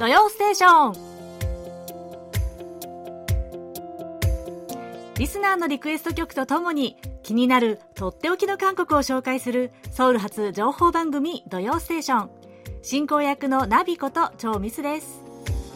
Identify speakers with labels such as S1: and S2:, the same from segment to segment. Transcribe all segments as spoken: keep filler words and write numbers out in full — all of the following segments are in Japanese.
S1: 土曜ステーション。リスナーのリクエスト曲とともに気になるとっておきの韓国を紹介するソウル発情報番組土曜ステーション。進行役のナビことチョウミスです。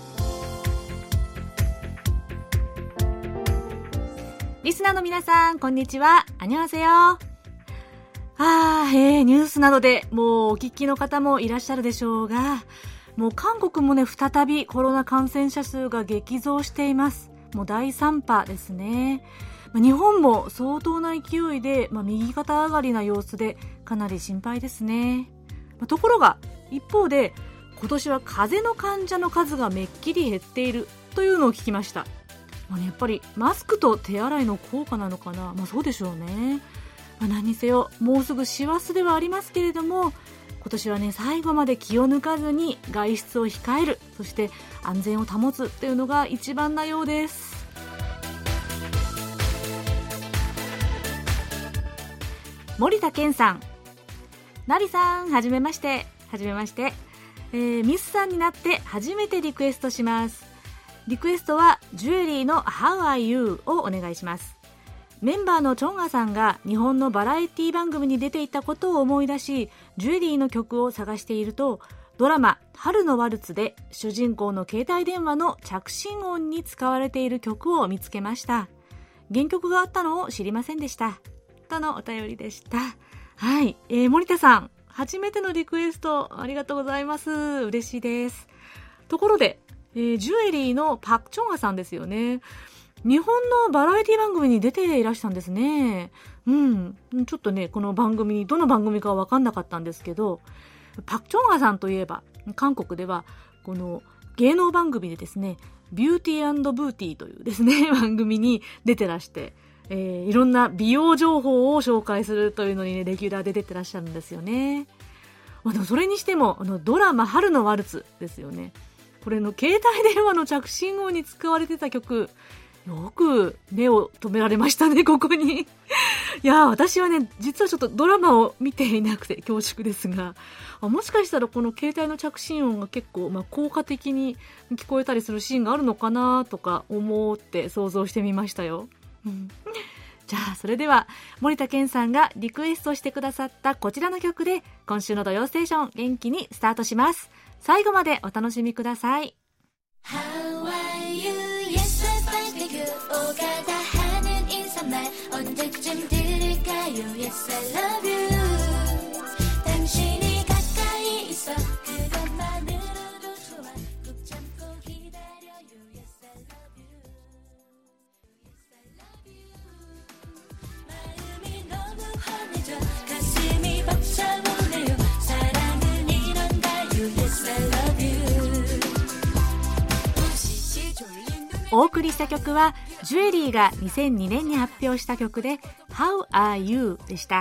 S1: リスナーの皆さん、こんにちは。アニョハセヨ。あー、えー、ニュースなどでもうお聞きの方もいらっしゃるでしょうが、もう韓国もね、再びコロナ感染者数が激増しています。もうだいさん波ですね。日本も相当な勢いで、まあ、右肩上がりな様子でかなり心配ですね。ところが一方で、今年は風邪の患者の数がめっきり減っているというのを聞きました。まあね、やっぱりマスクと手洗いの効果なのかな。まあそうでしょうね。まあ、何にせよもうすぐ師走ではありますけれども、今年はね、最後まで気を抜かずに外出を控える、そして安全を保つというのが一番なようです。森田健さん、ナビさん、はじめまして。はじめまして、えー、ミスさんになって初めてリクエストします。リクエストはジュエリーの How are you をお願いします。メンバーのチョンガさんが日本のバラエティ番組に出ていたことを思い出し、ジュエリーの曲を探していると、ドラマ春のワルツで主人公の携帯電話の着信音に使われている曲を見つけました。原曲があったのを知りませんでした、とのお便りでした。はい、えー、森田さん、初めてのリクエストありがとうございます。嬉しいです。ところで、えー、ジュエリーのパクチョンガさんですよね。日本のバラエティ番組に出ていらしたんですね。うん。ちょっとね、この番組に、どの番組かわかんなかったんですけど、パクチョンガさんといえば、韓国では、この芸能番組でですね、ビューティー&ブーティーというですね、番組に出てらして、えー、いろんな美容情報を紹介するというのにね、レギュラーで出てらっしゃるんですよね。まあ、でもそれにしても、あの、ドラマ春のワルツですよね。これの携帯電話の着信音に使われてた曲、よく目を止められましたね、ここに。いや、私はね、実はちょっとドラマを見ていなくて恐縮ですが、あ、もしかしたらこの携帯の着信音が結構、まあ、効果的に聞こえたりするシーンがあるのかなとか思って想像してみましたよ。うん、じゃあ、それでは森田健さんがリクエストしてくださったこちらの曲で、今週の土曜ステーション、元気にスタートします。最後までお楽しみください。How are you? Yes, I find it good. 오가다 하는 인사말 언제쯤 들을까요? Yes, I love you. 당신이 가까이 있어 그것만으로도 좋아. 꾹 참고 기다려요. Yes, I love you. Yes, I love you. 마음이 너무 환해져 가슴이 벅차오네요. 사랑은 이런가요? Yes, I love you.お送りした曲はジュエリーがにせんにねんに発表した曲で How are you でした。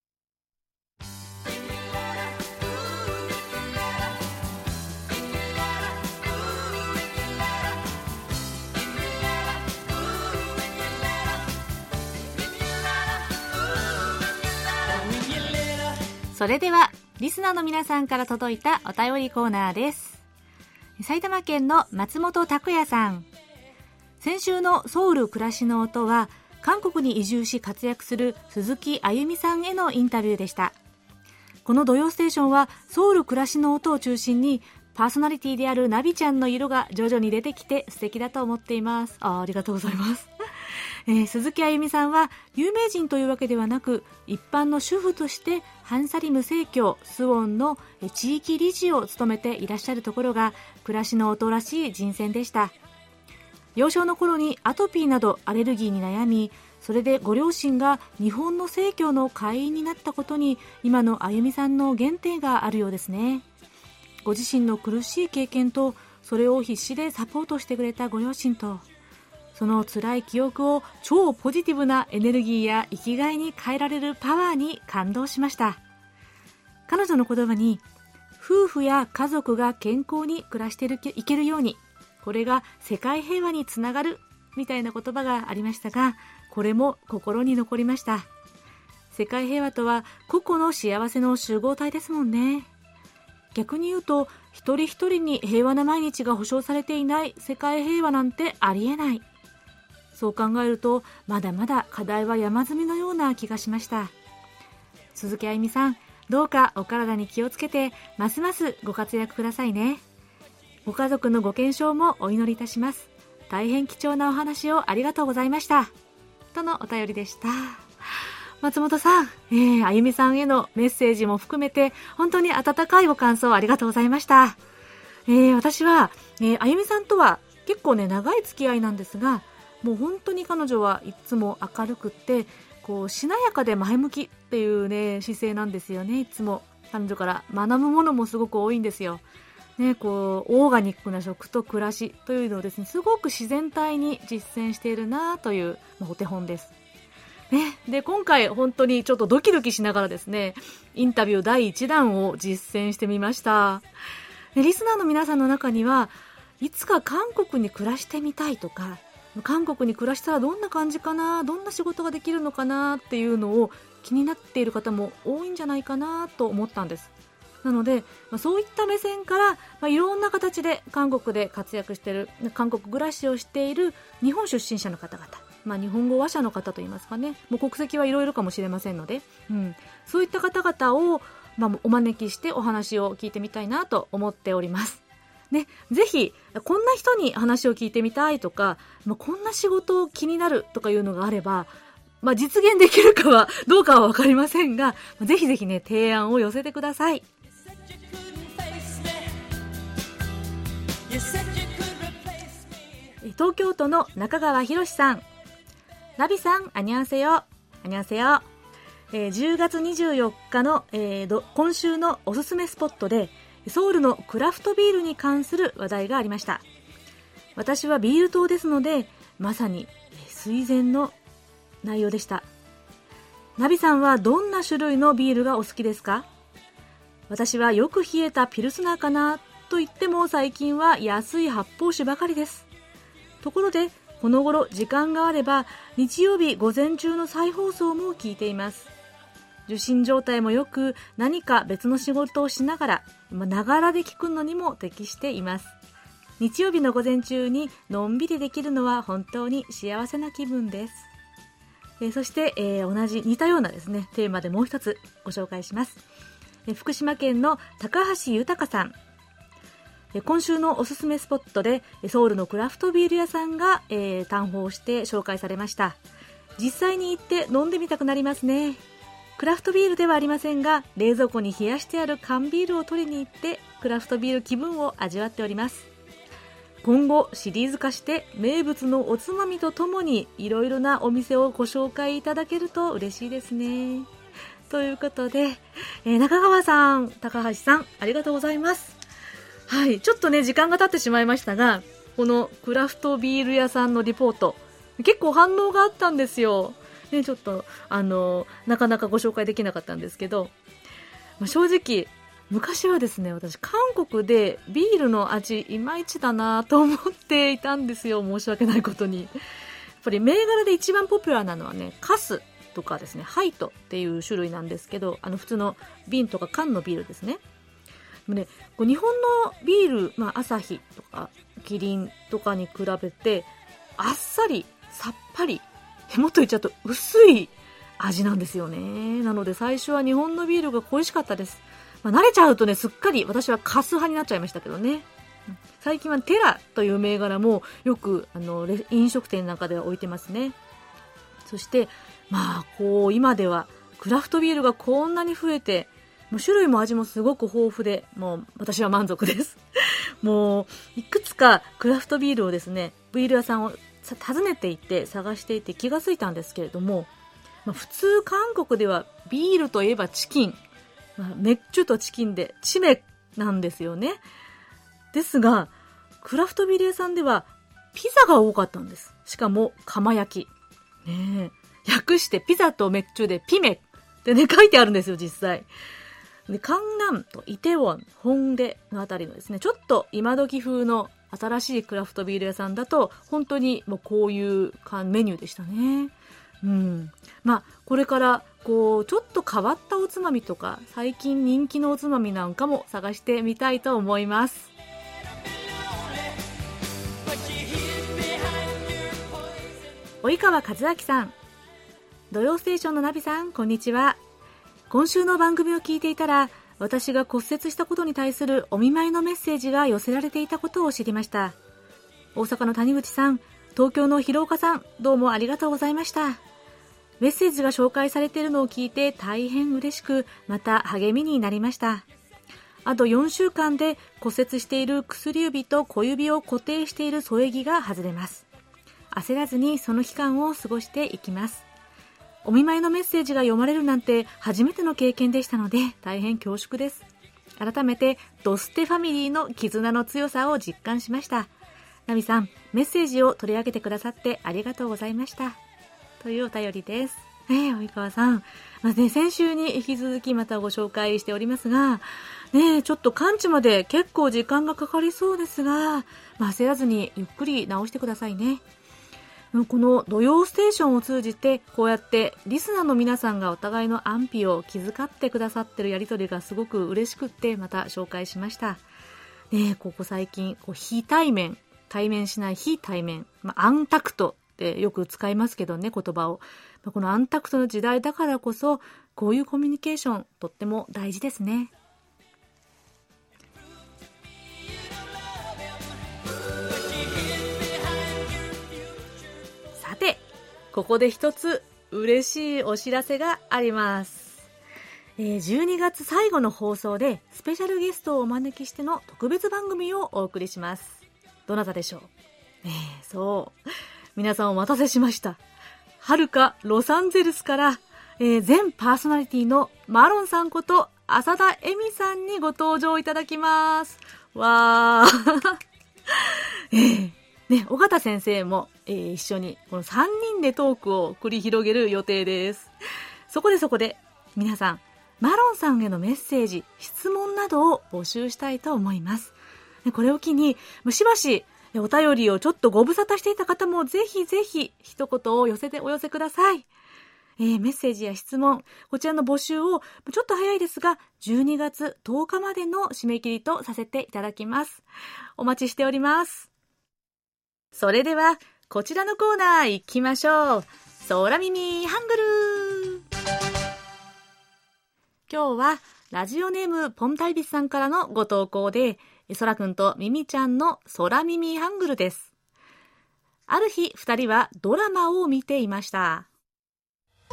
S1: それではリスナーの皆さんから届いたお便りコーナーです。埼玉県の松本拓也さん、先週のソウル暮らしの音は韓国に移住し活躍する鈴木あゆみさんへのインタビューでした。この土曜ステーションはソウル暮らしの音を中心にパーソナリティであるナビちゃんの色が徐々に出てきて素敵だと思っています。 あ, ありがとうございます、えー、鈴木あゆみさんは有名人というわけではなく、一般の主婦としてハンサリム正教スウォンの地域理事を務めていらっしゃるところが暮らしの音らしい人選でした。幼少の頃にアトピーなどアレルギーに悩み、それでご両親が日本の正教の会員になったことに、今のあゆみさんの原点があるようですね。ご自身の苦しい経験と、それを必死でサポートしてくれたご両親と、その辛い記憶を超ポジティブなエネルギーや生きがいに変えられるパワーに感動しました。彼女の言葉に、夫婦や家族が健康に暮らしていけるように、これが世界平和につながるみたいな言葉がありましたが、これも心に残りました。世界平和とは個々の幸せの集合体ですもんね。 逆に言うと一人一人に平和な毎日が保障されていない世界平和なんてありえない。そう考えるとまだまだ課題は山積みのような気がしました。鈴木あゆみさん、どうかお体に気をつけてますますご活躍くださいね。ご家族のご健勝もお祈りいたします。大変貴重なお話をありがとうございました、とのお便りでした。松本さん、えー、あゆみさんへのメッセージも含めて本当に温かいご感想ありがとうございました。えー、私は、えー、あゆみさんとは結構ね長い付き合いなんですが、もう本当に彼女はいつも明るくってこうしなやかで前向きっていうね姿勢なんですよね。いつも彼女から学ぶものもすごく多いんですよ、ね、こうオーガニックな食と暮らしというのをですねすごく自然体に実践しているなという、まあ、お手本です、ね、で今回本当にちょっとドキドキしながらですねインタビューだいいち弾を実践してみました。でリスナーの皆さんの中にはいつか韓国に暮らしてみたいとか、韓国に暮らしたらどんな感じかな、どんな仕事ができるのかなっていうのを気になっている方も多いんじゃないかなと思ったんです。なので、まあ、そういった目線から、まあ、いろんな形で韓国で活躍している、韓国暮らしをしている日本出身者の方々、まあ、日本語話者の方といいますかね、もう国籍はいろいろかもしれませんので、うん、そういった方々を、まあ、お招きしてお話を聞いてみたいなと思っております。ね、ぜひこんな人に話を聞いてみたいとか、まあ、こんな仕事気になるとかいうのがあれば、まあ、実現できるかはどうかは分かりませんが、ぜひぜひね提案を寄せてください。東京都の中川博さん、ナビさん、あにゃんせよ、あにゃんせよ。えー、じゅうがつにじゅうよっかの、えー、ど今週のおすすめスポットでソウルのクラフトビールに関する話題がありました。私はビール党ですので、まさに垂涎の内容でした。ナビさんはどんな種類のビールがお好きですか？私はよく冷えたピルスナーかなと言っても、最近は安い発泡酒ばかりです。ところでこの頃時間があれば日曜日午前中の再放送も聞いています。受信状態もよく、何か別の仕事をしながらながらで聞くのにも適しています。日曜日の午前中にのんびりできるのは本当に幸せな気分です。えー、そして、えー、同じ似たようなですねテーマでもう一つご紹介します。えー、福島県の高橋豊さん、えー、今週のおすすめスポットでソウルのクラフトビール屋さんが、えー、単報して紹介されました。実際に行って飲んでみたくなりますね。クラフトビールではありませんが、冷蔵庫に冷やしてある缶ビールを取りに行ってクラフトビール気分を味わっております。今後シリーズ化して名物のおつまみとともにいろいろなお店をご紹介いただけると嬉しいですね。ということで、えー、中川さん、高橋さん、ありがとうございます。はい、ちょっとね時間が経ってしまいましたが、このクラフトビール屋さんのリポート結構反応があったんですよ。ね、ちょっとあのなかなかご紹介できなかったんですけど、まあ、正直昔はですね、私韓国でビールの味いまいちだなと思っていたんですよ。申し訳ないことに。やっぱり銘柄で一番ポピュラーなのはね、カスとかですね、ハイトっていう種類なんですけど、あの普通の瓶とか缶のビールですね。でもね、こう日本のビール、まあ、アサヒとかキリンとかに比べてあっさりさっぱり、もっと言っちゃうと薄い味なんですよね。なので最初は日本のビールが恋しかったです。まあ、慣れちゃうとね、すっかり私はカス派になっちゃいましたけどね。最近はテラという銘柄もよくあの飲食店なんかでは置いてますね。そしてまあこう今ではクラフトビールがこんなに増えて、もう種類も味もすごく豊富で、もう私は満足です。もういくつかクラフトビールをですね、ビール屋さんを訪ねていって探していて気がついたんですけれども、まあ、普通韓国ではビールといえばチキン、まあ、メッチュとチキンでチメなんですよね。ですがクラフトビール屋さんではピザが多かったんです。しかも釜焼き、ね、え訳してピザとメッチュでピメってね書いてあるんですよ実際で。カンナムとイテウォン、ホンデのあたりのですね、ちょっと今時風の新しいクラフトビール屋さんだと本当にもうこういうメニューでしたね。うん、まあこれからこうちょっと変わったおつまみとか最近人気のおつまみなんかも探してみたいと思います。及川和明さん、土曜ステーションのナビさん、こんにちは。今週の番組を聞いていたら、私が骨折したことに対するお見舞いのメッセージが寄せられていたことを知りました。大阪の谷口さん、東京の広岡さん、どうもありがとうございました。メッセージが紹介されているのを聞いて大変嬉しく、また励みになりました。あとよんしゅうかんで骨折している薬指と小指を固定している添え木が外れます。焦らずにその期間を過ごしていきます。お見舞いのメッセージが読まれるなんて初めての経験でしたので大変恐縮です。改めてドステファミリーの絆の強さを実感しました。ナミさん、メッセージを取り上げてくださってありがとうございました、というお便りです。えー、及川さん、まあね、先週に引き続きまたご紹介しておりますが、ね、ちょっと完治まで結構時間がかかりそうですが、まあ、焦らずにゆっくり治してくださいね。この土曜ステーションを通じてこうやってリスナーの皆さんがお互いの安否を気遣ってくださってるやり取りがすごく嬉しくってまた紹介しました、ね、ここ最近こう非対面対面しない非対面、まあ、アンタクトってよく使いますけどね、言葉を。このアンタクトの時代だからこそこういうコミュニケーションとっても大事ですね。さて、ここで一つ嬉しいお知らせがあります。えー、じゅうにがつ最後の放送でスペシャルゲストをお招きしての特別番組をお送りします。どなたでしょう。えー、そう皆さんお待たせしました。はるかロサンゼルスから、えー、全パーソナリティのマロンさんこと浅田恵美さんにご登場いただきます。わー、えーね、尾形先生も、えー、一緒にこのさんにんでトークを繰り広げる予定です。そこでそこで皆さん、マロンさんへのメッセージ、質問などを募集したいと思います。これを機にしばしお便りをちょっとご無沙汰していた方もぜひぜひ一言を寄せてお寄せください。えー、メッセージや質問、こちらの募集をちょっと早いですがじゅうにがつとおかまでの締め切りとさせていただきます。お待ちしております。それではこちらのコーナー行きましょう。空耳ハングル。今日はラジオネームポンタイビスさんからのご投稿で、そらくんとミミちゃんの空耳ハングルです。ある日二人はドラマを見ていました。ね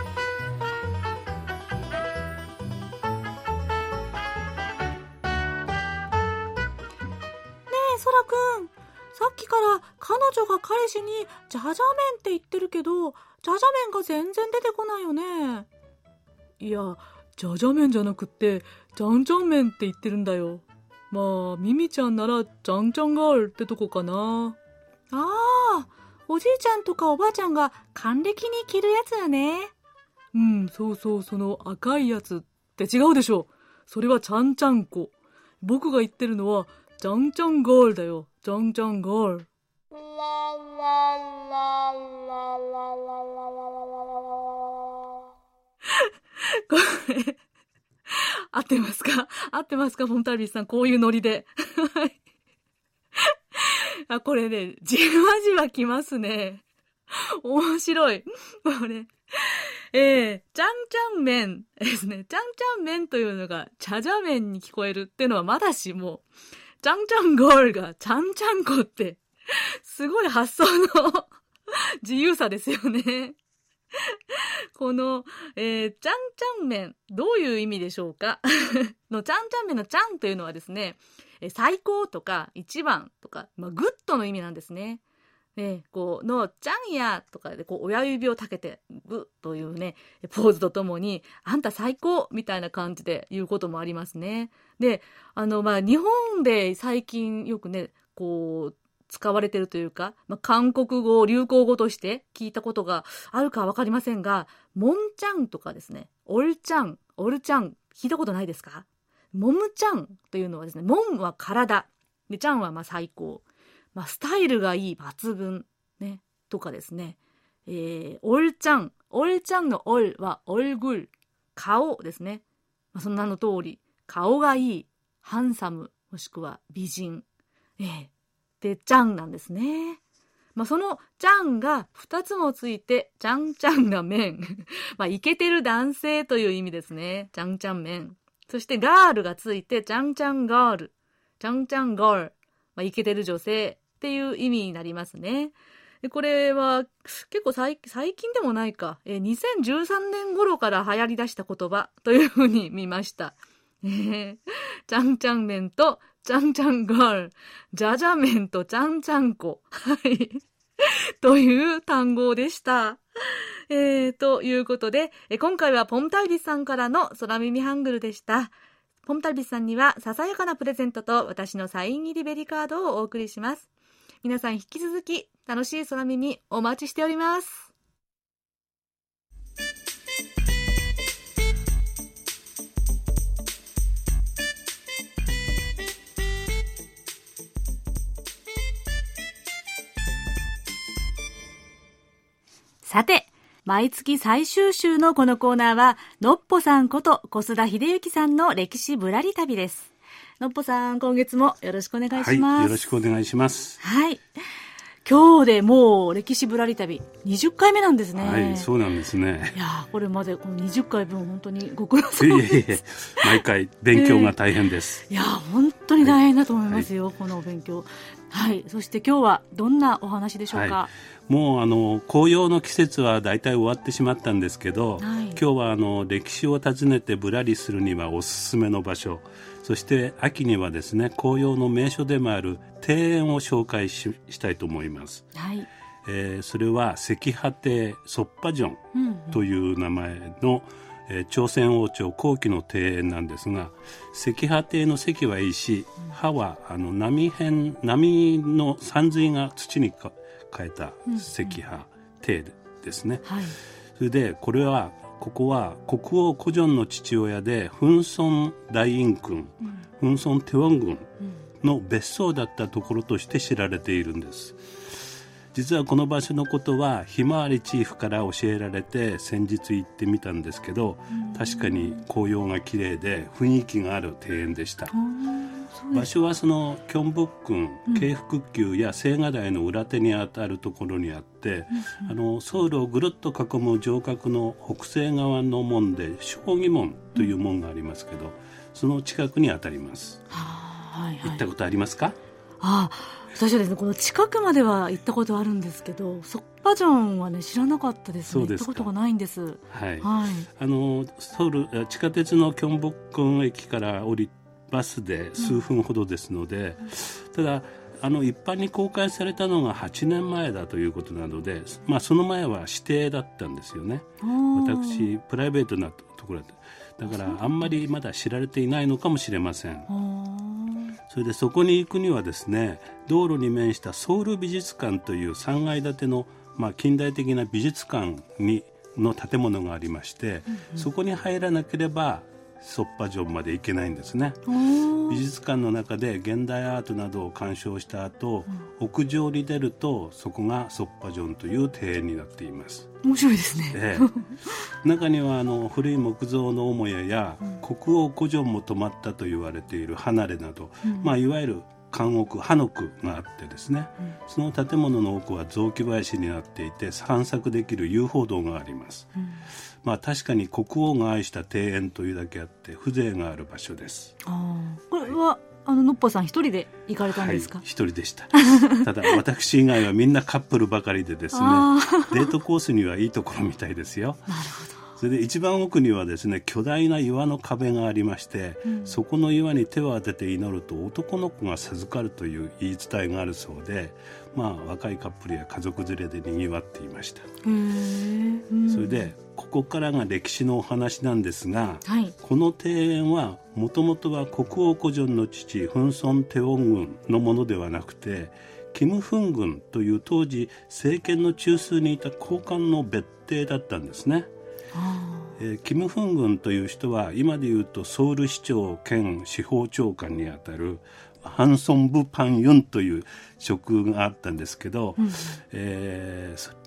S1: えそらくん、さっきから彼女が彼氏にジャジャ麺って言ってるけど、ジャジャ麺が全然出てこないよね。いや、ジャジャ麺じゃなくってジャンジャン麺って言ってるんだよ。まあミミちゃんならジャンジャンガールってとこかな。ああ、おじいちゃんとかおばあちゃんが還暦に着るやつやね。うん、そうそう、その赤いやつって違うでしょ。それはちゃんちゃんこ。僕が言ってるのはジャンジャンガールだよ。ジャンジャンガール。これ合ってますか？合ってますか？フォンタービスさん、こういうノリであ、これね、じわじわきますね。面白い。これえー、ちゃんちゃん麺ですね。ちゃんちゃん麺というのがチャジャ麺に聞こえるっていうのはまだしも、ちゃんちゃんガールがちゃんちゃんこってすごい発想の自由さですよね。この、えー、ちゃんちゃん麺、どういう意味でしょうかのちゃんちゃん麺のちゃんというのはですね、最高とか一番とか、まあ、グッドの意味なんですね。でこうのちゃんやとかでこう親指を立けてグッというねポーズとともに、あんた最高みたいな感じで言うこともありますね。であのまあ日本で最近よくねこう使われてるというか、まあ、韓国語流行語として聞いたことがあるかわかりませんが、モンちゃんとかですね、オルちゃん、オルちゃん聞いたことないですか？モムちゃんというのはですね、モンは体で、ちゃんはまあ最高、まあ、スタイルがいい抜群ねとかですね、えー、オルちゃん、 얼짱の얼は얼굴、顔ですね。まあ、その名の通り、顔がいい、ハンサム、もしくは美人。ええ、で、짱なんですね。まあ、その짱がふたつもついて、짱짱が麺。まあ、イケてる男性という意味ですね。짱짱麺。そしてガールがついて、짱짱ガール。짱짱ガール。まあ、イケてる女性っていう意味になりますね。でこれは結構最近でもないか、えー、にせんじゅうさんねん頃から流行り出した言葉というふうに見ました。えー、ちゃんちゃん麺とちゃんちゃんガール、じゃじゃ麺とちゃんちゃんこ、はい、という単語でした。えー、ということで、え今回はポムタルビスさんからの空耳ハングルでした。ポムタルビスさんにはささやかなプレゼントと私のサイン入りベリカードをお送りします。皆さん引き続き楽しい空耳お待ちしております。さて、毎月最終週のこのコーナーはのっぽさんこと小須田秀幸さんの歴史ぶらり旅です。のっぽさん、今月もよろしくお願いします。
S2: はい、よろしくお願いします。
S1: はい。今日でもう歴史ぶらり旅にじゅっかいめなんですね。
S2: はい、そうなんですね。
S1: いやこれまでこのにじゅっかいぶん本当にご苦労様です。いえいえ、
S2: 毎回勉強が大変です。
S1: えー、いや本当に大変だと思いますよ、はい、この勉強。はい、そして今日はどんなお話でしょうか。はい、
S2: もうあの紅葉の季節はだいたい終わってしまったんですけど、はい、今日はあの歴史を訪ねてぶらりするにはおすすめの場所、そして秋にはですね紅葉の名所でもある庭園を紹介 し, したいと思います。はい、えー、それは石破庭ソッパジョンという名前の、うんうん、えー、朝鮮王朝後期の庭園なんですが、石破庭の石はいいし、うん、葉はあの波辺波の山水が土に変えた石破庭ですね。うんうん、はい、それでこれはここは国王コジョンの父親でフンソン大院君、うん、フンソンテウォン郡の別荘だったところとして知られているんです。実はこの場所のことはひまわりチーフから教えられて先日行ってみたんですけど、うん、確かに紅葉が綺麗で雰囲気がある庭園でした。場所はそのキョンブッ郡京福宮や青瓦台の裏手にあたるところにあって、うん、あのソウルをぐるっと囲む城郭の北西側の門で将棋門という門がありますけど、うん、その近くにあたります。は、はいはい、行ったことありますか？
S1: ああ、私はですねこの近くまでは行ったことあるんですけど、ソッパジョンはね知らなかったですね。行ったことがないんです。
S2: はい、はい、あのソウル地下鉄のキョンブッ郡駅から降りバスで数分ほどですので、うん、ただあの一般に公開されたのがはちねんまえだということなので、まあ、その前は指定だったんですよね。私プライベートなところだだからあんまりまだ知られていないのかもしれません。それでそこに行くにはですね、道路に面したソウル美術館というさんがい建ての、まあ、近代的な美術館にの建物がありまして、うんうん、そこに入らなければソッパジョンまで行けないんですね。美術館の中で現代アートなどを鑑賞した後、うん、屋上に出るとそこがソッパジョンという庭園になっています。
S1: 面白いですね。
S2: ええ、中にはあの古い木造の母屋や、うん、国王コジョンも泊まったと言われている離れなど、うん、まあ、いわゆる監獄ハノクがあってですね、うん、その建物の奥は雑木林になっていて散策できる遊歩道があります。うん、まあ、確かに国王が愛した庭園というだけあって風情がある場所です。
S1: あ、これは、はい、あののっぽさん一人で行かれたんですか？
S2: はい、一人でした。ただ私以外はみんなカップルばかりでですねデートコースにはいいところみたいですよ。
S1: なるほど。
S2: それで一番奥にはですね巨大な岩の壁がありまして、うん、そこの岩に手を当てて祈ると男の子が授かるという言い伝えがあるそうで、まあ、若いカップルや家族連れでにぎわっていました。へー、うん、それでここからが歴史のお話なんですが、はい、この庭園はもともとは国王コジョンの父フンソンテウォン郡のものではなくてキムフン郡という当時政権の中枢にいた高官の別邸だったんですね。えー、キム・フン郡という人は今でいうとソウル市長兼司法長官にあたるハンソンブ・パンユンという職があったんですけど、うん、えー、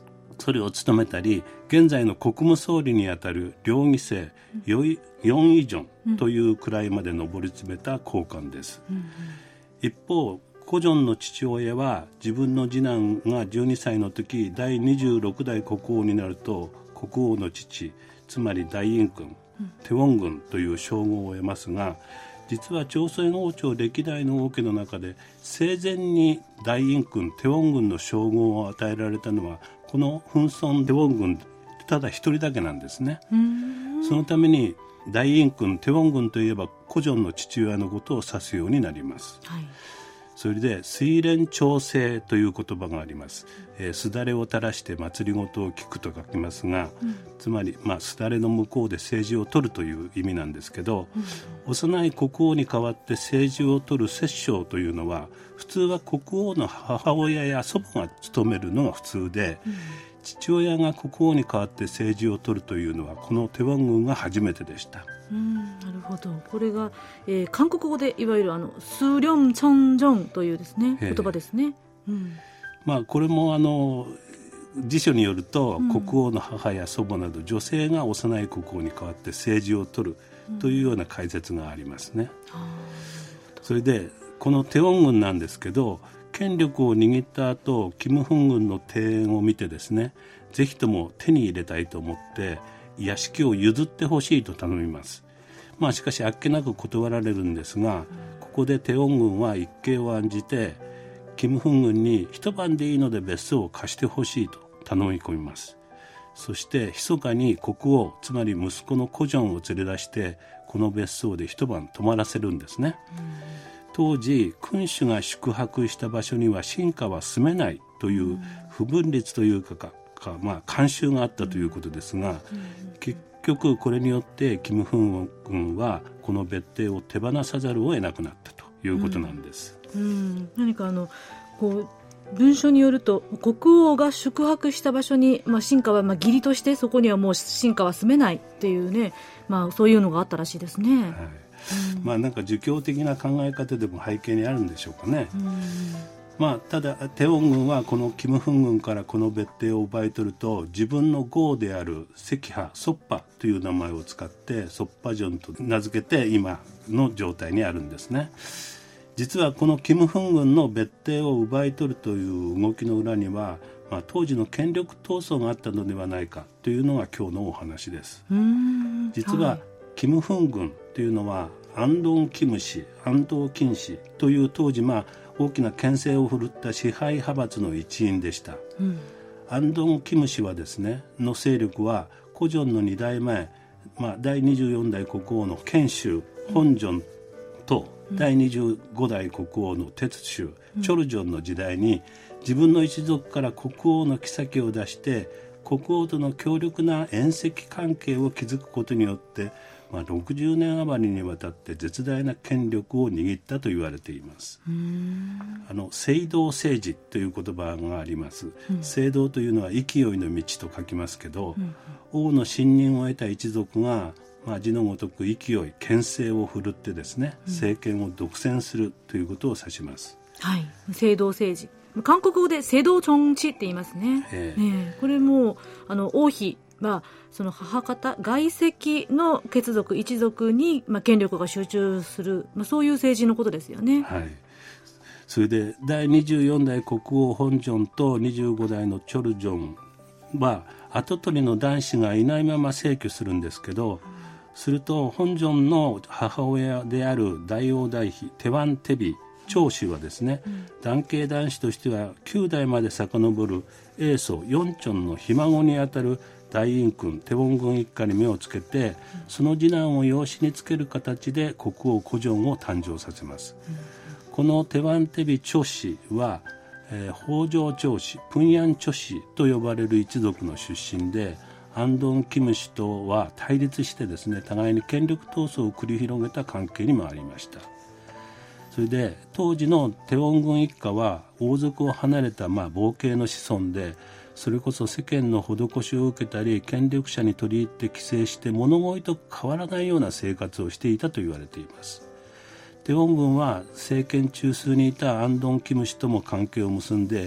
S2: それを務めたり、現在の国務総理にあたる両義姓ヨン・イジョンという位まで上り詰めた高官です、うんうん、一方コジョンの父親は自分の次男がじゅうにさいの時だいにじゅうろくだい国王になると国王の父、つまり大院君、うん、テウォン軍という称号を得ますが、実は朝鮮王朝歴代の王家の中で生前に大院君テウォン軍の称号を与えられたのはこのフンソンテウォン軍ただ一人だけなんですね。そのために大院君テウォン軍といえばコジョンの父親のことを指すようになります、はい、それで水蓮朝聖という言葉があります、えー、すだれを垂らして祭りごとを聞くと書きますが、うん、つまり、まあ、すだれの向こうで政治を取るという意味なんですけど、うん、幼い国王に代わって政治を取る摂政というのは普通は国王の母親や祖母が務めるのが普通で、うん、父親が国王に代わって政治を取るというのはこのテウォン軍が初めてでした。
S1: うん、なるほど。これが、えー、韓国語でいわゆるあのスリョンチョンジョンというですね、言葉ですね、うん、
S2: まあ、これもあの辞書によると、うん、国王の母や祖母など女性が幼い国王に代わって政治を取るというような解説がありますね、うん、それでこのテウォン軍なんですけど、権力を握った後キム・フン軍の庭園を見てですね、ぜひとも手に入れたいと思って屋敷を譲ってほしいと頼みます。まあ、しかしあっけなく断られるんですが、ここでテウォン軍は一計を案じてキム・フン軍に一晩でいいので別荘を貸してほしいと頼み込みます。そして密かに国王、つまり息子のコジョンを連れ出してこの別荘で一晩泊まらせるんですね。当時君主が宿泊した場所には臣下は住めないという不分律というかか、まあ、慣習があったということですが、結局これによってキム・フン軍はこの別邸を手放さざるを得なくなったということなんです、
S1: うんうん、何かあのこう文書によると国王が宿泊した場所に、まあ、臣下はまあ義理としてそこにはもう臣下は住めないっていうね、まあ、そういうのがあったらしいですね、はい、
S2: うん、まあ、なんか儒教的な考え方でも背景にあるんでしょうかね、うん、まあ、ただテウォン軍はこのキム・フン軍からこの別邸を奪い取ると自分の号である赤派ソッパという名前を使ってソッパジョンと名付けて今の状態にあるんですね。実はこのキム・フン軍の別邸を奪い取るという動きの裏には、まあ、当時の権力闘争があったのではないかというのが今日のお話です。うーん、実は、はい、キム・フン軍というのはアンドン・キム氏、アンドン・キン氏という当時、まあ、大きな権勢を振るった支配派閥の一員でした、うん、アンドン・キム氏はですねの勢力はコジョンのに代前、まあ、だいにじゅうよん代国王の賢秀、本ジョンと、うん、だいにじゅうご代国王の哲秀、チョルジョンの時代に自分の一族から国王の妃を出して国王との強力な縁戚関係を築くことによって、まあ、ろくじゅうねん余りにわたって絶大な権力を握ったと言われています。うーん、あの聖堂政治という言葉があります、うん、聖堂というのは勢いの道と書きますけど、うん、王の信任を得た一族が、まあ、字のごとく勢い権勢を振るってですね、うん、政権を独占するということを指します。
S1: はい、聖堂政治、韓国語で聖堂정치って言いますね、えーね、これもあの王妃はその母方外戚の血族一族に、まあ、権力が集中する、まあ、そういう政治のことですよね。
S2: はい、それでだいにじゅうよん代国王本ジョンとにじゅうご代のチョルジョンは跡取りの男子がいないまま逝去するんですけど、うん、すると本ジョンの母親である大王大妃テワン・テビ長子はですね、うん、男系男子としてはきゅう代まで遡る英祖ヨンチョンのひ孫にあたる大院君テウォン軍一家に目をつけて、うん、その次男を養子につける形で国王コジョンを誕生させます、うん、このテワンテビ長子は、えー、北条長子プンヤン長子と呼ばれる一族の出身で、アンドン・キム氏とは対立してですね、互いに権力闘争を繰り広げた関係にもありました。それで当時のテウォン軍一家は王族を離れたまあ傍系の子孫で、それこそ世間の施しを受けたり権力者に取り入って規制して物乞いと変わらないような生活をしていたと言われています。テウォン軍は政権中枢にいたアンドン・キム氏とも関係を結んで、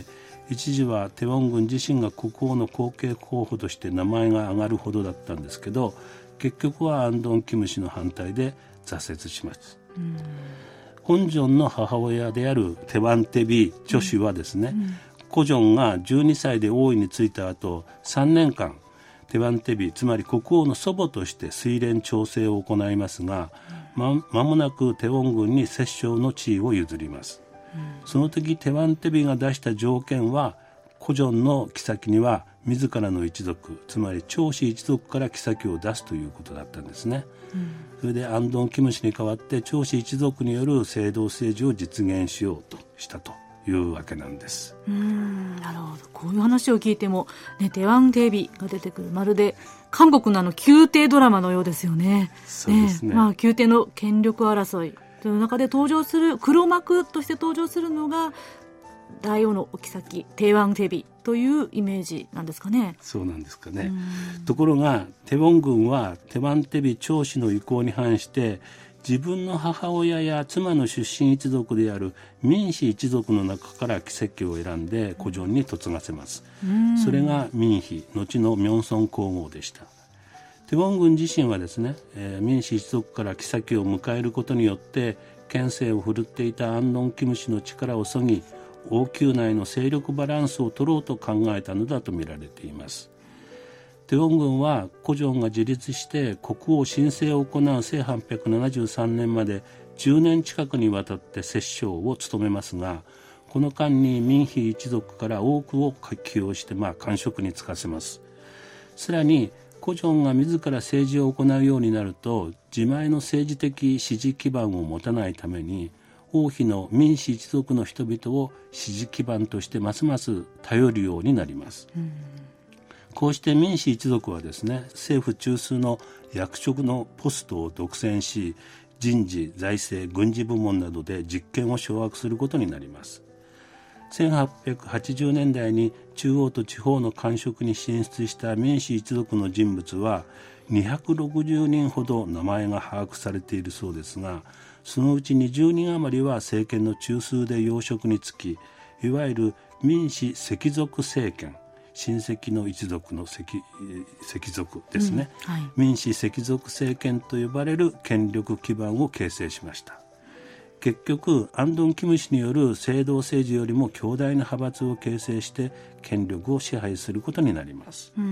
S2: 一時はテウォン軍自身が国王の後継候補として名前が挙がるほどだったんですけど、結局はアンドン・キム氏の反対で挫折します。うん、本ジョンの母親であるテワン・テビ著氏はですね、うんうん、コジョンがじゅうにさいで王位に就いた後さんねんかんテワンテビ、つまり国王の祖母として水練調整を行いますが、ま、間もなくテウォン軍に摂政の地位を譲ります。うん、その時テワンテビが出した条件は、コジョンの妃には自らの一族、つまり長子一族から妃を出すということだったんですね。うん、それでアンドン・キム氏に代わって長子一族による正道政治を実現しようとしたというわけなんです。
S1: うーん、なるほど。こういう話を聞いても、ね、テワンテビが出てくる、まるで韓国のあの宮廷ドラマのようですよね。
S2: そうですね。
S1: ね、まあ、宮廷の権力争いという中で登場する、黒幕として登場するのが大王のお妃テワンテビというイメージなんですかね。
S2: そうなんですかね。ところがテウォン軍はテワンテビ長子の意向に反して自分の母親や妻の出身一族である民氏一族の中から妃を選んでコジョンに嫁がせます。それが民妃、後のミョンソン皇后でした。テウォン軍自身はですね、えー、民氏一族から妃を迎えることによって権勢を振るっていたアンドン・キム氏の力をそぎ、王宮内の勢力バランスを取ろうと考えたのだと見られています。テウォン軍はコジョンが自立して国王新政を行うせんはっぴゃくななじゅうさんねんまでじゅうねん近くにわたって摂政を務めますが、この間に民妃一族から多くを起用して、まあ、官職に就かせます。さらにコジョンが自ら政治を行うようになると、自前の政治的支持基盤を持たないために王妃の民氏一族の人々を支持基盤としてますます頼るようになります。うん、こうして民氏一族はですね、政府中枢の役職のポストを独占し、人事、財政、軍事部門などで実権を掌握することになります。せんはっぴゃくはちじゅうねんだいに中央と地方の官職に進出した民氏一族の人物はにひゃくろくじゅうにんほど名前が把握されているそうですが、そのうちにじゅうにん余りは政権の中枢で要職に就き、いわゆる民氏戚族政権、親戚の一族の戚、戚族ですね、うん、はい、民氏戚族政権と呼ばれる権力基盤を形成しました。結局アンドン・キム氏による正道政治よりも強大な派閥を形成して権力を支配することになります。うん、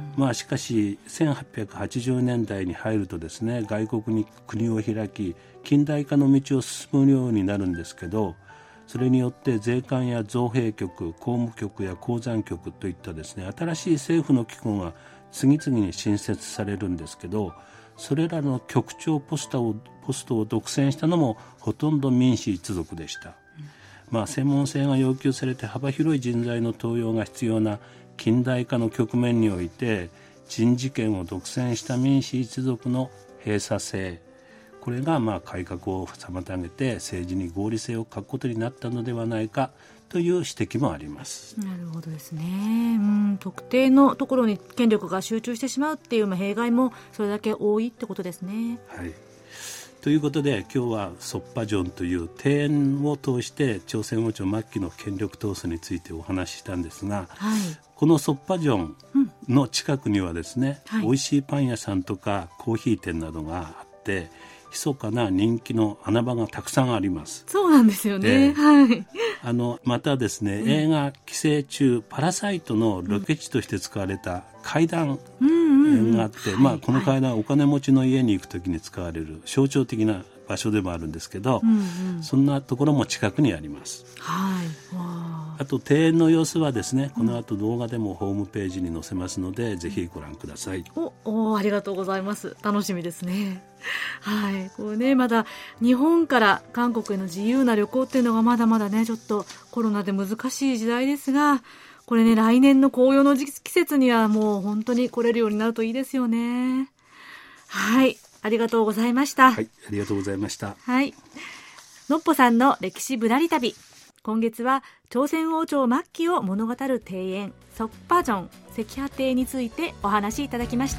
S2: まあ、しかしせんはっぴゃくはちじゅうねんだいに入るとですね、外国に国を開き近代化の道を進むようになるんですけど、それによって税関や造幣局、公務局や鉱山局といったですね、新しい政府の機構が次々に新設されるんですけど、それらの局長ポストを、ポストを独占したのもほとんど民氏一族でした。うん、まあ、専門性が要求されて幅広い人材の登用が必要な近代化の局面において、人事権を独占した民氏一族の閉鎖性、これがまあ改革を妨げて政治に合理性を欠くことになったのではないかという指摘もあります。
S1: なるほどですね。うん、特定のところに権力が集中してしまうっていう弊害もそれだけ多いってことですね。
S2: はい、ということで今日はソッパジョンという庭園を通して朝鮮王朝末期の権力闘争についてお話ししたんですが、はい、このソッパジョンの近くにはですね、うん、はい、おいしいパン屋さんとかコーヒー店などがあって、密かな人気の穴場がたくさんあります。
S1: そうなんですよね。はい。
S2: あのまたですね、うん、映画寄生虫パラサイトのロケ地として使われた階段があって、まあ、この階段はお金持ちの家に行くときに使われる象徴的な場所でもあるんですけど、うんうん、そんなところも近くにあります。はい。わあと庭園の様子はですね、この後動画でもホームページに載せますので、うん、ぜひご覧ください。
S1: おお、ありがとうございます。楽しみですね。はい、こうね、まだ日本から韓国への自由な旅行っていうのがまだまだね、ちょっとコロナで難しい時代ですが、これね、来年の紅葉の季節にはもう本当に来れるようになるといいですよね。はい、ありがとうございました。
S2: はい、ありがとうございました。
S1: はい、のっぽさんの歴史ぶらり旅、今月は朝鮮王朝末期を物語る庭園ソッパジョン石破庭についてお話しいただきました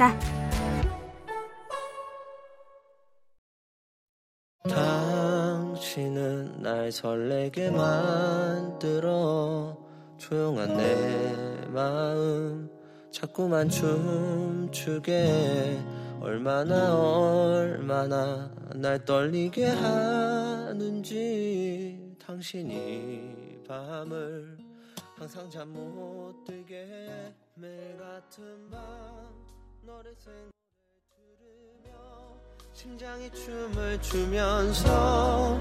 S1: 。당신은 날 설레게 만들어
S3: 조용한 내 마음 자꾸만 춤추게 얼마나 얼마나 날 떨리게 하는지 당신이 밤을 항상 잠 못 들게 매일 같은 밤 너를 생각해 들으며 심장이 춤을 추면서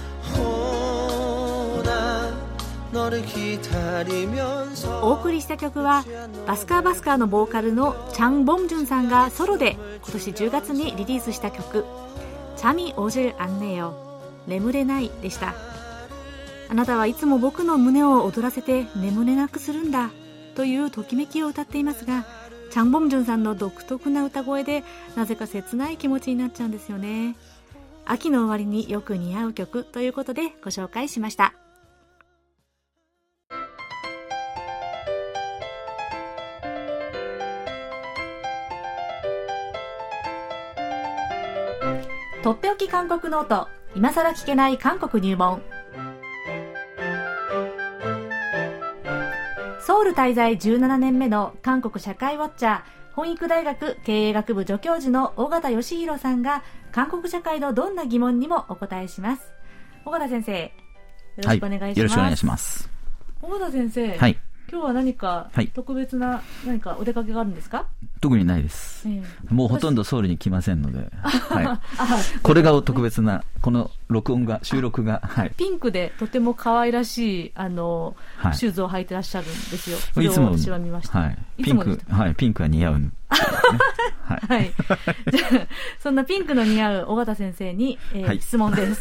S3: 난 너를 기다리면서
S1: お送りした曲はバスカーバスカーのボーカルのチャン・ボンジュンさんがソロで今年じゅうがつにリリースした曲チャミオジルアンネヨ眠れないでした。あなたはいつも僕の胸を躍らせて眠れなくするんだというときめきを歌っていますが、チャン・ボンジュンさんの独特な歌声でなぜか切ない気持ちになっちゃうんですよね。秋の終わりによく似合う曲ということでご紹介しました。とっておき韓国ノート、今さら聞けない韓国入門。ソウル滞在じゅうななねんめの韓国社会ウォッチャー、本育大学経営学部助教授の尾形義弘さんが韓国社会のどんな疑問にもお答えします。尾形先生、よろしくお願いします。はい、
S4: よろしくお願いします。
S1: 尾形先生、はい、今日は何か特別な何かお出かけがあるんですか？
S4: 特にないです、えー、もうほとんどソウルに来ませんので、はい、これが特別なこの録音が収録が、はい、
S1: ピンクでとても可愛らしいあの、はい、シューズを履いてらっしゃるんですよ。それを私は見ました。
S4: はい、ピンク、はい、ピンクが似合う、ね、はい、はい、
S1: じゃあそんなピンクの似合う尾形先生に、えーはい、質問です、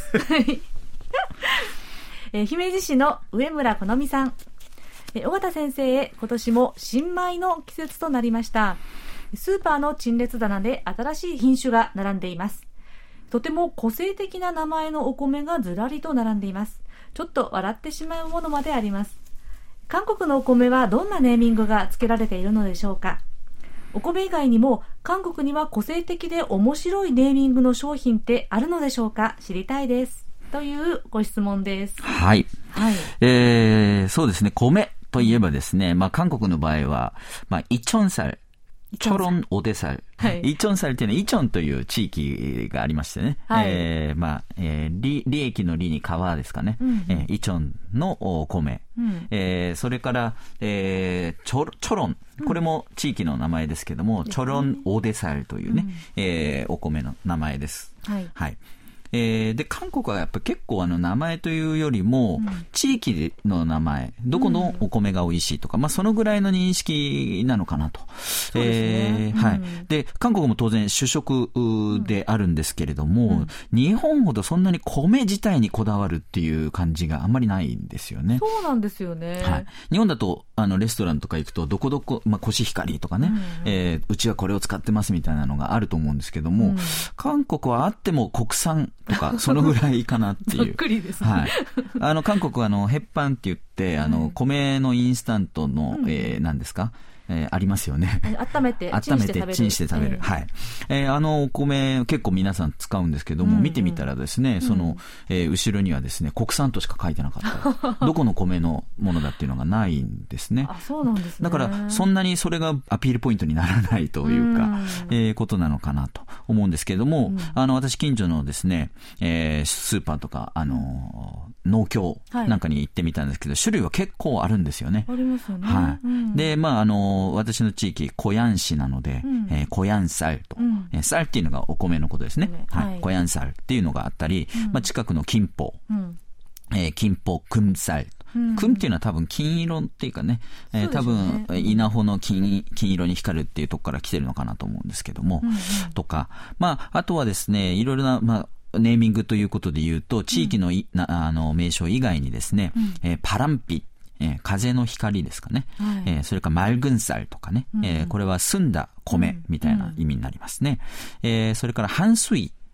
S1: えー、姫路市の上村好美さん、尾形先生へ、今年も新米の季節となりました。スーパーの陳列棚で新しい品種が並んでいます。とても個性的な名前のお米がずらりと並んでいます。ちょっと笑ってしまうものまであります。韓国のお米はどんなネーミングが付けられているのでしょうか。お米以外にも韓国には個性的で面白いネーミングの商品ってあるのでしょうか。知りたいです。というご質問です。
S4: はい。はい、えー、そうですね。米といえばですね、まあ韓国の場合は、まあイチョンサル、チョロンオデサル、はい、イチョンサルっていうのはイチョンという地域がありましてね、はい、えー、まあ、えー、利、利益の利に川ですかね、うんうん、えー、イチョンの米、うん、えー、それから、えー、チョ、チョロン、これも地域の名前ですけども、うん、チョロンオデサルというね、うん、えー、お米の名前です。はい。はい。えー、で韓国はやっぱ結構あの名前というよりも、うん、地域の名前、どこのお米が美味しいとか、うん、まあそのぐらいの認識なのかなと。そうですね。えー、はい。で韓国も当然主食であるんですけれども、うん、日本ほどそんなに米自体にこだわるっていう感じがあんまりないんですよね。
S1: そうなんですよね。
S4: はい。日本だとあのレストランとか行くとどこどこ、まあコシヒカリとかね、うん、えー、うちはこれを使ってますみたいなのがあると思うんですけども、うん、韓国はあっても国産とかそのぐらいかなっていう。
S1: ざっくりですね。
S4: はい。あの韓国はあのヘッパンって言ってあの米のインスタントの、うん、えー、何ですか。えー、ありますよね。
S1: 温めて、
S4: 温めて、チンして食べる。えー、はい。えー、あのお米結構皆さん使うんですけども、うんうん、見てみたらですね、その、えー、後ろにはですね、国産としか書いてなかった。どこの米のものだっていうのがないんですね。
S1: あ、そうなんですね。
S4: だから、そんなにそれがアピールポイントにならないというか、うん、えー、ことなのかなと思うんですけれども、うん、あの、私近所のですね、えー、スーパーとか、あの、農協なんかに行ってみたんですけど、はい、種類は結構あるんですよね。
S1: ありますよね。
S4: はい。うん、で、まあ、あの、私の地域、コヤン市なので、うん、えー、コヤンサルと、うん、えー、サルっていうのがお米のことですね。はい。はい、コヤンサルっていうのがあったり、うん、まあ、近くの金峰、うん、えー、金峰クンサル。うん、クンっていうのは多分金色っていうかね、えー、多分、稲穂の金、金色に光るっていうところから来てるのかなと思うんですけども、うんうん、とか、まあ、あとはですね、いろいろな、まあ、ネーミングということで言うと、地域のい、うん、なあの名称以外にですね、うん、えー、パランピ、えー、風の光ですかね、はい、えー、それからマルグンサルとかね、うん、えー、これは澄んだ米みたいな意味になりますね、うんうん、えー、それから半水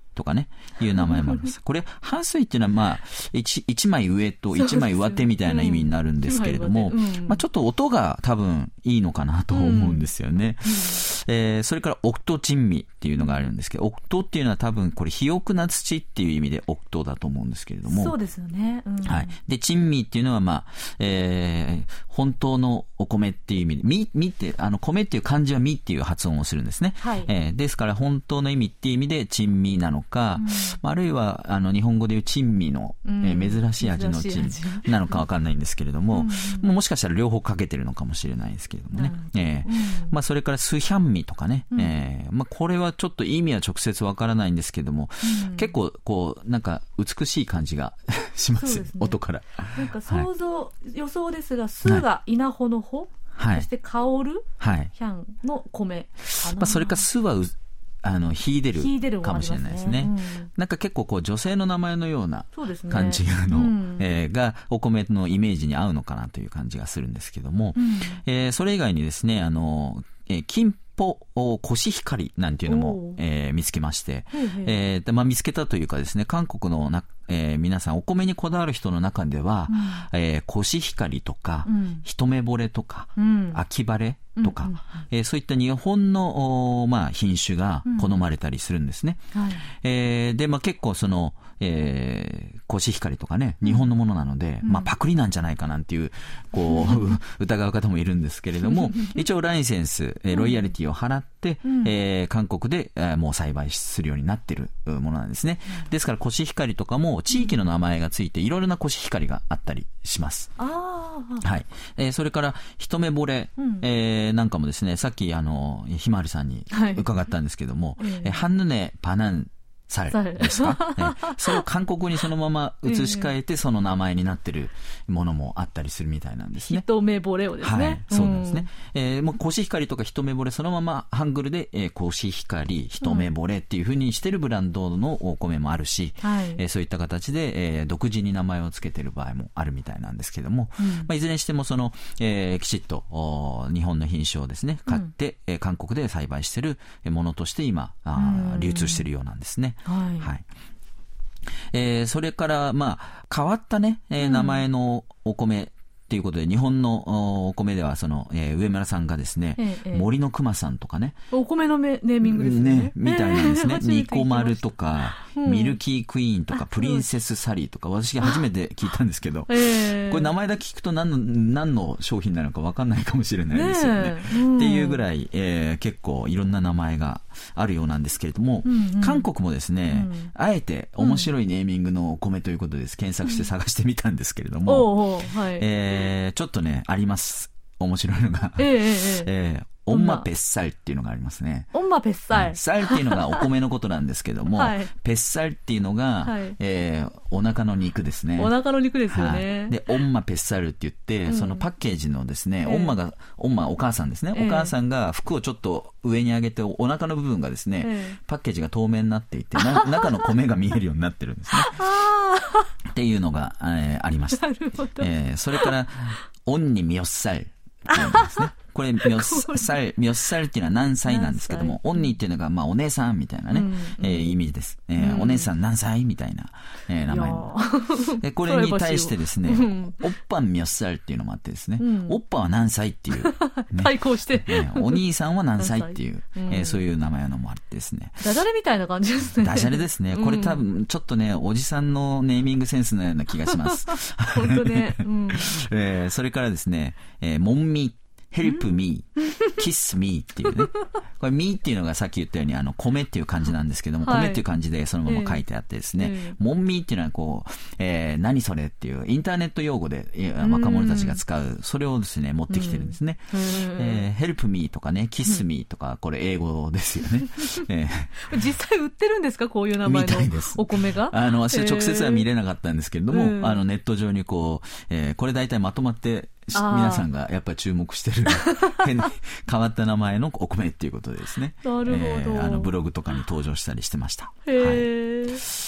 S4: とかね、いう名前もあります。これ、半水っていうのは、まあ、一、一枚上と一枚上手みたいな意味になるんですけれども、うんうん、まあ、ちょっと音が多分いいのかなと思うんですよね。うんうん、えー、それから、オクト珍味っていうのがあるんですけど、オクトっていうのは多分、これ、肥沃な土っていう意味でオクトだと思うんですけれども。
S1: そうですよね。うん、
S4: はい。で、珍味っていうのは、まあ、えー、本当のお米っていう意味で、み、みって、あの、米っていう漢字はみっていう発音をするんですね。はい。えー、ですから、本当の意味っていう意味で、珍味なのか、うん、あるいは、あの、日本語でいう珍味の、うん、えー、珍しい味の珍味なのかわかんないんですけれども、うん、も, もしかしたら両方かけてるのかもしれないですけれどもね。うん、えー、うん、まあ、それから、スヒャンミとかね、うん、えー、まあ、これはちょっと意味は直接わからないんですけども、うん、結構、こう、なんか、美しい感じがしますよ、ね、音から。
S1: なんか想像、はい、予想ですが、スが稲穂の穂、はい、そして香る、はい、ヒャンの米かな。
S4: まあ、それかスはうあの秀でるかもしれないですね。うん、なんか結構こう女性の名前のような感じの、ね、うん、えー、がお米のイメージに合うのかなという感じがするんですけども、うん、えー、それ以外にですね、あの、えー、金コシヒカリなんていうのも、えー、見つけまして、えーまあ、見つけたというかですね、韓国のな、えー、皆さんお米にこだわる人の中では、うん、えー、コシヒカリとか、うん、一目惚れとか、うん、秋晴れとか、うんうん、えー、そういった日本の、まあ、品種が好まれたりするんですね。うん、はい、えー、で、まあ、結構その、えー、コシヒカリとかね、日本のものなので、うん、まあ、パクリなんじゃないかなんていう、こう、疑う方もいるんですけれども、一応ライセンス、えー、ロイヤリティを払って、うん、えー、韓国で、えー、もう栽培するようになっているものなんですね。ですから、コシヒカリとかも地域の名前がついて、いろいろなコシヒカリがあったりします。あー、はい。えー、それから、一目惚れ、うん、えー、なんかもですね、さっき、あの、ひまわりさんに伺ったんですけども、はい、えー、ハンヌネパナン、サルですか、えー、それを韓国にそのまま移し替えてその名前になってるものもあったりするみたいなんですね。
S1: 一目惚れをですね、はい、
S4: そうなんですね。うん、えー、もうコシヒカリとか一目惚れそのままハングルで、えー、コシヒカリ一目惚れっていう風にしてるブランドのお米もあるし、うん、えー、そういった形で、えー、独自に名前を付けてる場合もあるみたいなんですけども、うん、まあ、いずれにしてもその、えー、きちっと日本の品種をですね買って、うん、えー、韓国で栽培してるものとして今あ流通してるようなんですね。はい、はい。えー、それから、まあ、変わったね、えー、名前のお米ということで、日本のお米では、その、えー、上村さんがですね、ええ、森の熊さんとかね。
S1: お米のネーミングですね。ね、
S4: みたいなんですね。ニコマルとか、うん、ミルキークイーンとか、プリンセスサリーとか、私初めて聞いたんですけど、えー、これ名前だけ聞くと何の、何の商品なのか分かんないかもしれないですよね。ね、うん、っていうぐらい、えー、結構いろんな名前があるようなんですけれども、うんうん、韓国もですね、うん、あえて面白いネーミングのお米ということで検索して探してみたんですけれども、うん、はい、えー、ちょっとね、あります。面白いのが。えー、えー、えーオンマペッサルっていうのがありますね。
S1: オンマペッサル。
S4: サルっていうのがお米のことなんですけども、はい、ペッサルっていうのが、はい、えー、お腹の肉ですね。
S1: お腹の肉ですよね。
S4: はい、で、オンマペッサルって言って、うん、そのパッケージのですね、オンマが、オンマお母さんですね、えー。お母さんが服をちょっと上に上げて、お腹の部分がですね、えー、パッケージが透明になっていて、な中の米が見えるようになってるんですね。っていうのが、えー、ありました。なるほど。えー、それから、オンにミョッサルっていうんですね。これ、ミョッサル、ミョッサルっていうのは何歳なんですけども、オンニーっていうのが、まあ、お姉さんみたいなね、うんうん、えー、意味です。えーうん、お姉さん何歳みたいな、えー、名前も。で、これに対してですね、うん、オッパンミョッサルっていうのもあってですね、うん、オッパは何歳っていう、ね。
S1: 対抗して、
S4: ね。お兄さんは何歳っていう、うん、えー、そういう名前のもあってですね。
S1: ダジャレみたいな感じですね。
S4: ダジャレですね。これ多分、ちょっとね、おじさんのネーミングセンスのような気がします。
S1: 本当ね。うん、
S4: えー、それからですね、えー、モンミHelp me, kiss me っていうね。これ me っていうのがさっき言ったようにあの米っていう漢字なんですけども、はい、米っていう漢字でそのまま書いてあってですね、えー、もんみっていうのはこう、えー、何それっていうインターネット用語で若者たちが使う、それをですね、持ってきてるんですね。えー、help me とかね、kiss me とか、これ英語ですよね。え
S1: ー、実際売ってるんですか、こういう名前のお米が。
S4: あの、私直接は見れなかったんですけれども、えー、あのネット上にこう、えー、これ大体まとまって皆さんがやっぱり注目してる変に変わった名前のお米っていうことでですね。
S1: なるほど。え
S4: ー、あのブログとかに登場したりしてました。
S1: へー。
S4: はい。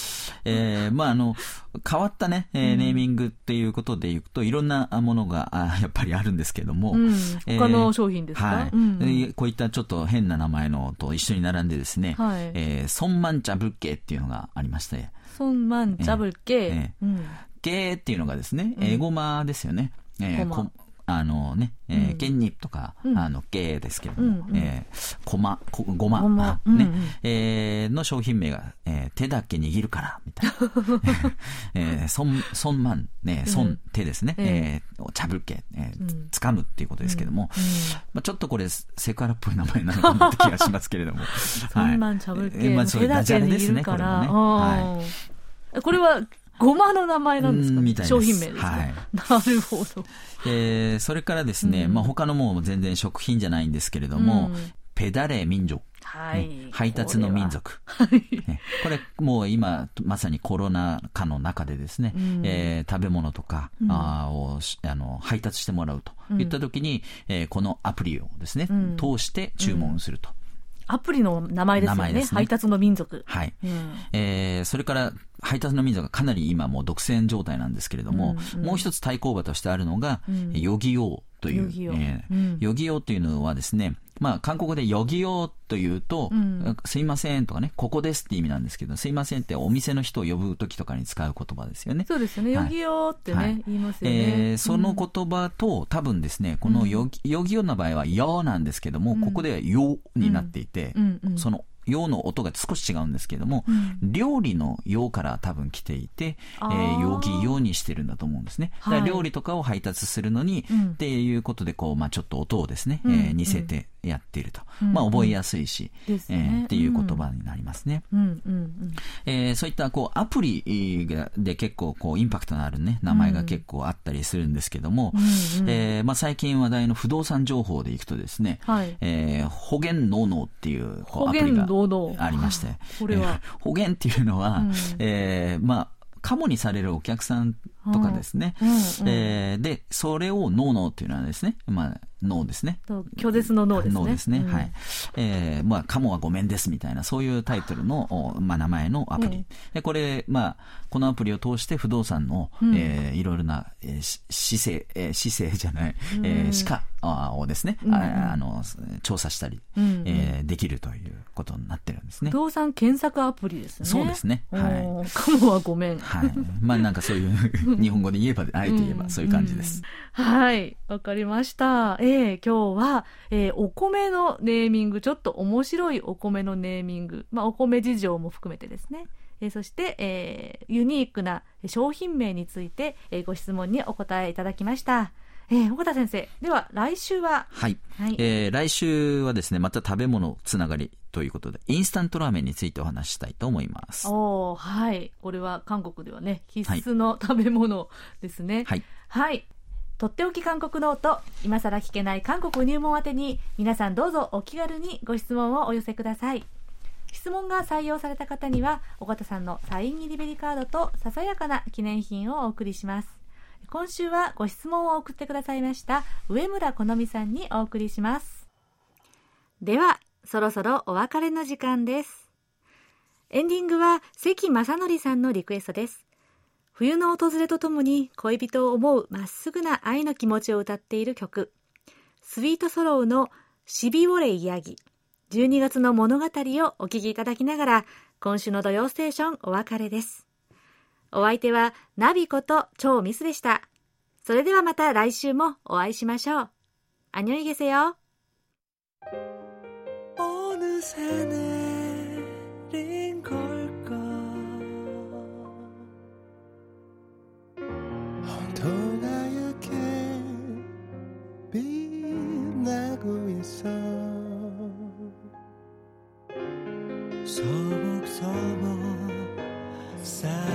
S4: えー、まああの変わったね、えー、ネーミングっていうことでいくといろんなものがあやっぱりあるんですけども、うん、
S1: 他の商品ですか、
S4: はい、うんうん、こういったちょっと変な名前のと一緒に並んでですね、はい、えー、ソンマンチャブルケっていうのがありまして、
S1: ソンマンチャブルケ、えー
S4: えーうん、ケっていうのがですね、エゴマですよね、えーあのね、えー、ケンニとか、うん、あの、ゲーですけども、うんうん、えー、コマ、コゴマ、ごまね、うんうん、えー、の商品名が、えー、手だけ握るから、みたいな。えー、ソン、ソンマン、ね、ソン、手ですね、うん、えー、チャブルケ、えー、掴むっていうことですけども、うんうん、まあ、ちょっとこれ、セクハラっぽい名前なのかなって気がしますけれども。
S1: ソンマン、チャブルケ、
S4: まあ、そういうダジャレですね、これもね。は
S1: い。これは、ごまの名前なんですか、ね、みたいです。商品名ですか、はい、なるほど。
S4: えー、それからですね、うん、まあ、他のも全然食品じゃないんですけれども、うん、ペダレ民族、はい、ね、配達の民族、こ れ, ね、これもう今まさにコロナ禍の中でですね、うん、えー、食べ物とか、うん、あをあの配達してもらうといった時に、うん、えー、このアプリをですね、うん、通して注文すると、
S1: アプリの名前ですよ ね, ね配達の民族、
S4: はい、うん、えー、それから配達の民族がかなり今もう独占状態なんですけれども、うんうん、もう一つ対抗馬としてあるのが、うん、ヨギヨーという、ヨギヨー、えーうん、ヨギヨーというのはですね、まあ、韓国でヨギヨーというと、うん、すいませんとかね、ここですって意味なんですけど、すいませんってお店の人を呼ぶときとかに使う言葉ですよね。
S1: そうですよね、ヨギヨーってね、はい、言いますよね、
S4: えー、その言葉と多分ですね、このヨギ、ヨギヨーの場合はヨーなんですけども、うん、ここではヨーになっていて、うんうんうん、その用の音が少し違うんですけれども、うん、料理の用から多分来ていて、えー、容疑用にしてるんだと思うんですね。だから料理とかを配達するのに、はい、っていうことでこう、まあ、ちょっと音をですね、うんえー、似せてやっていると、うんまあ、覚えやすいし、うんえー、っていう言葉になりますね。うんうんうんえー、そういったこうアプリで結構こうインパクトのある、ね、名前が結構あったりするんですけども、うんえーまあ、最近話題の不動産情報でいくとですね、はいえー、保険ノーノーっていうこうアプリがありまして、これは、えー、保険っていうのは、うんえー、まあカモにされるお客さんとかですね、うんうんえー、でそれをノーノーっていうのはですね、まあノーですね。
S1: 拒絶のノーですね。
S4: ノーですね。うん、はい。えー、まあ、カモはごめんですみたいな、そういうタイトルの、まあ、名前のアプリ。うん、で、これ、まあ、このアプリを通して不動産の、うん、えー、いろいろな、えー、姿勢、えー、姿勢じゃない、うん、えー、歯科をですね、うん、あ, あの、調査したり、うんえー、できるということになってるんですね。
S1: 不動産検索アプリですね。
S4: そうですね。はい。
S1: カモはごめん。
S4: はい。まあ、なんかそういう日本語で言えば、あえて言えば、そういう感じです。
S1: うんうん、はい。わかりました。えーえー、今日は、えー、お米のネーミング、ちょっと面白いお米のネーミング、まあ、お米事情も含めてですね、えー、そして、えー、ユニークな商品名について、えー、ご質問にお答えいただきました。えー、岡田先生、では来週は、
S4: はい、はいえー、来週はですね、また食べ物つながりということで、インスタントラーメンについてお話ししたいと思います。
S1: おー、はい、これは韓国ではね、必須の食べ物ですね。はい、はい、とっておき韓国ノート、今さら聞けない韓国入門宛てに、皆さんどうぞお気軽にご質問をお寄せください。質問が採用された方には、尾形さんのサイン入りベリカードとささやかな記念品をお送りします。今週はご質問を送ってくださいました上村好美さんにお送りします。ではそろそろお別れの時間です。エンディングは関正則さんのリクエストです。冬の訪れとともに恋人を思うまっすぐな愛の気持ちを歌っている曲、スイートソローのシビウォレイヤギ、じゅうにがつの物語をお聴きいただきながら、今週の土曜ステーションお別れです。お相手はナビこと超ミスでした。それではまた来週もお会いしましょう。안녕히 계세요。어느새 내린 걸까 온도가 약해 빛나고 있어 소복소복